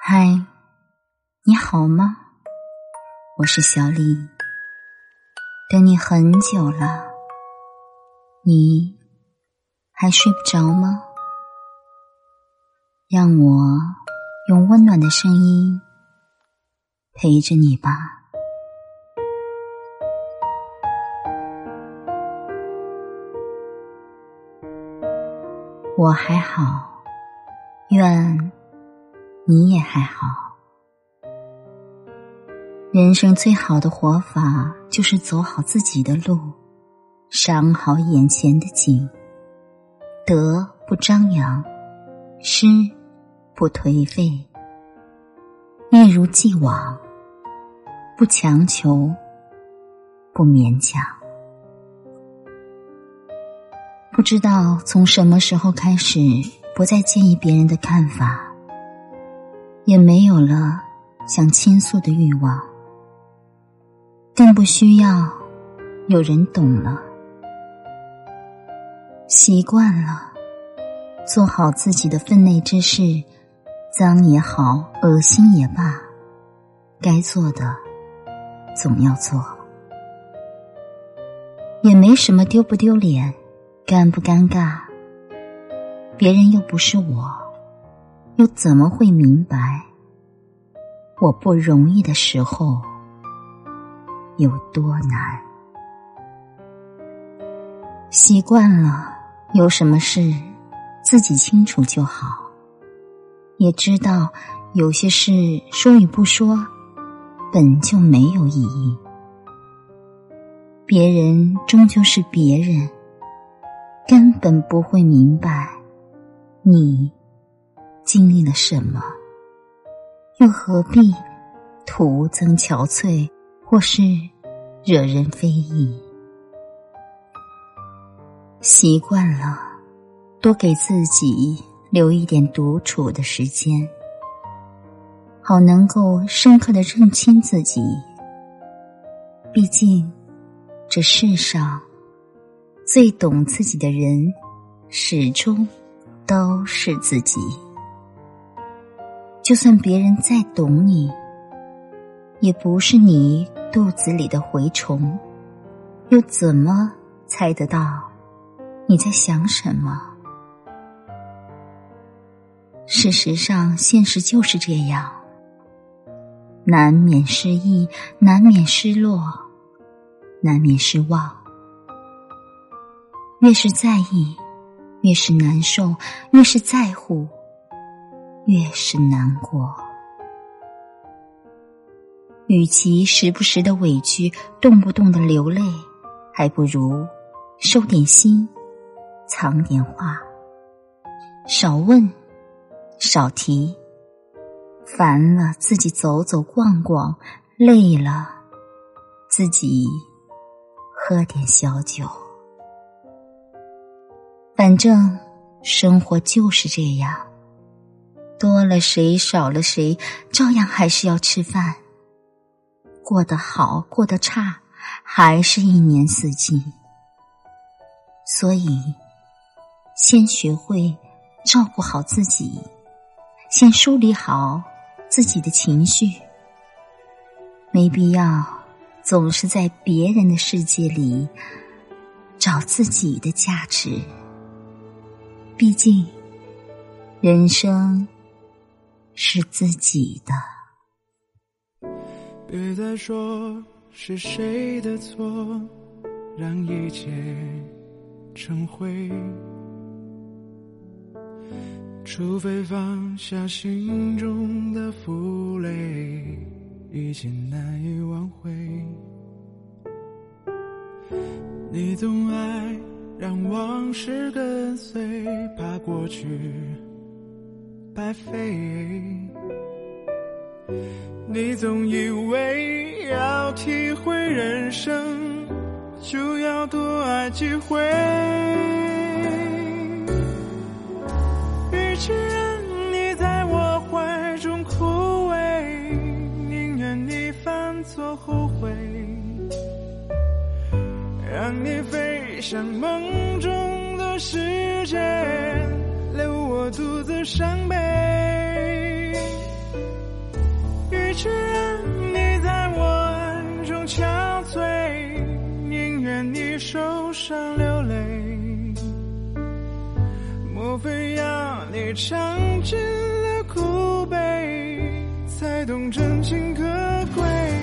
嗨，你好吗？我是小李，等你很久了，你还睡不着吗？让我用温暖的声音陪着你吧。我还好，愿你也还好。人生最好的活法就是走好自己的路，赏好眼前的景，得不张扬，失不颓废，一如既往，不强求，不勉强。不知道从什么时候开始，不再介意别人的看法，也没有了想倾诉的欲望，更不需要有人懂了。习惯了做好自己的分内之事，脏也好，恶心也罢，该做的总要做。也没什么丢不丢脸，尴不尴尬，别人又不是我，又怎么会明白我不容易的时候有多难？习惯了，有什么事自己清楚就好，也知道有些事说与不说本就没有意义。别人终究是别人，根本不会明白你经历了什么，又何必徒增憔悴，或是惹人非议。习惯了多给自己留一点独处的时间，好能够深刻地认清自己。毕竟这世上最懂自己的人，始终都是自己。就算别人再懂你，也不是你肚子里的蛔虫，又怎么猜得到你在想什么？事实上，现实就是这样，难免失意，难免失落，难免失望。越是在意，越是难受，越是在乎，越是难过。与其时不时的委屈，动不动的流泪，还不如收点心，藏点话，少问，少提，烦了自己走走逛逛，累了自己喝点小酒。反正生活就是这样，多了谁少了谁，照样还是要吃饭，过得好过得差，还是一年四季。所以先学会照顾好自己，先梳理好自己的情绪，没必要总是在别人的世界里找自己的价值。毕竟人生是自己的。 别再说是谁的错，让一切成灰，除非放下心中的负累，一切难以挽回。你总爱让往事跟随，怕过去白费。你总以为要体会人生，就要多爱几回。与其让你在我怀中枯萎，宁愿你犯错后悔，让你飞向梦中的世界，留我独自伤悲。 其让你在我暗中憔悴，宁愿你受伤流泪。莫非要你尝尽了苦悲，才懂真情可贵？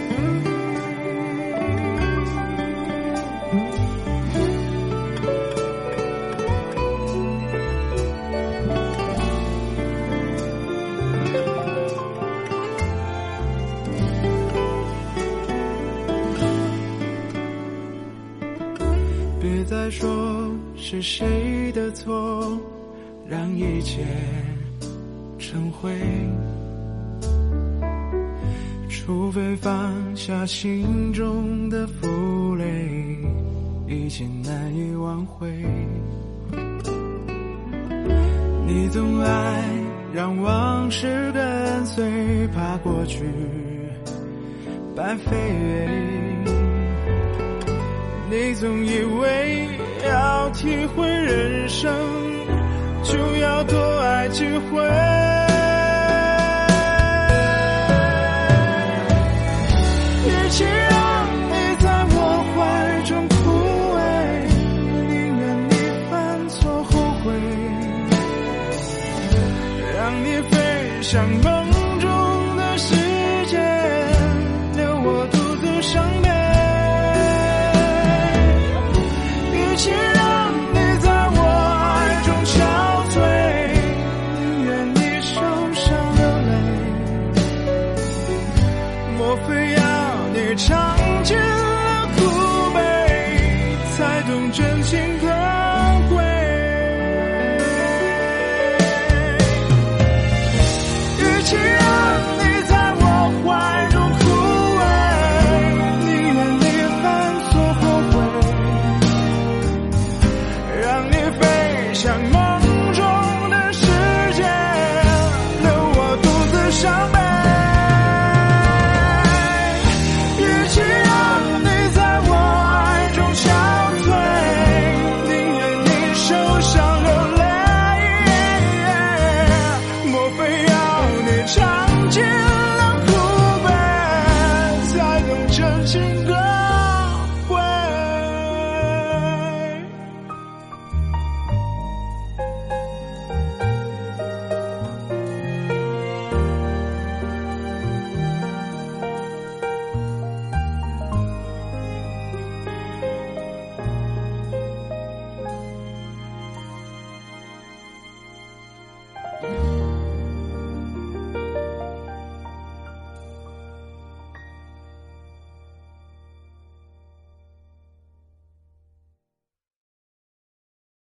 别再说是谁的错，让一切成灰。除非放下心中的负累，已经难以挽回。你总爱让往事跟随，怕过去白费。你总以为要体会人生，就要多爱几回。与其让你在我怀中枯萎，宁愿你犯错后悔，让你飞向梦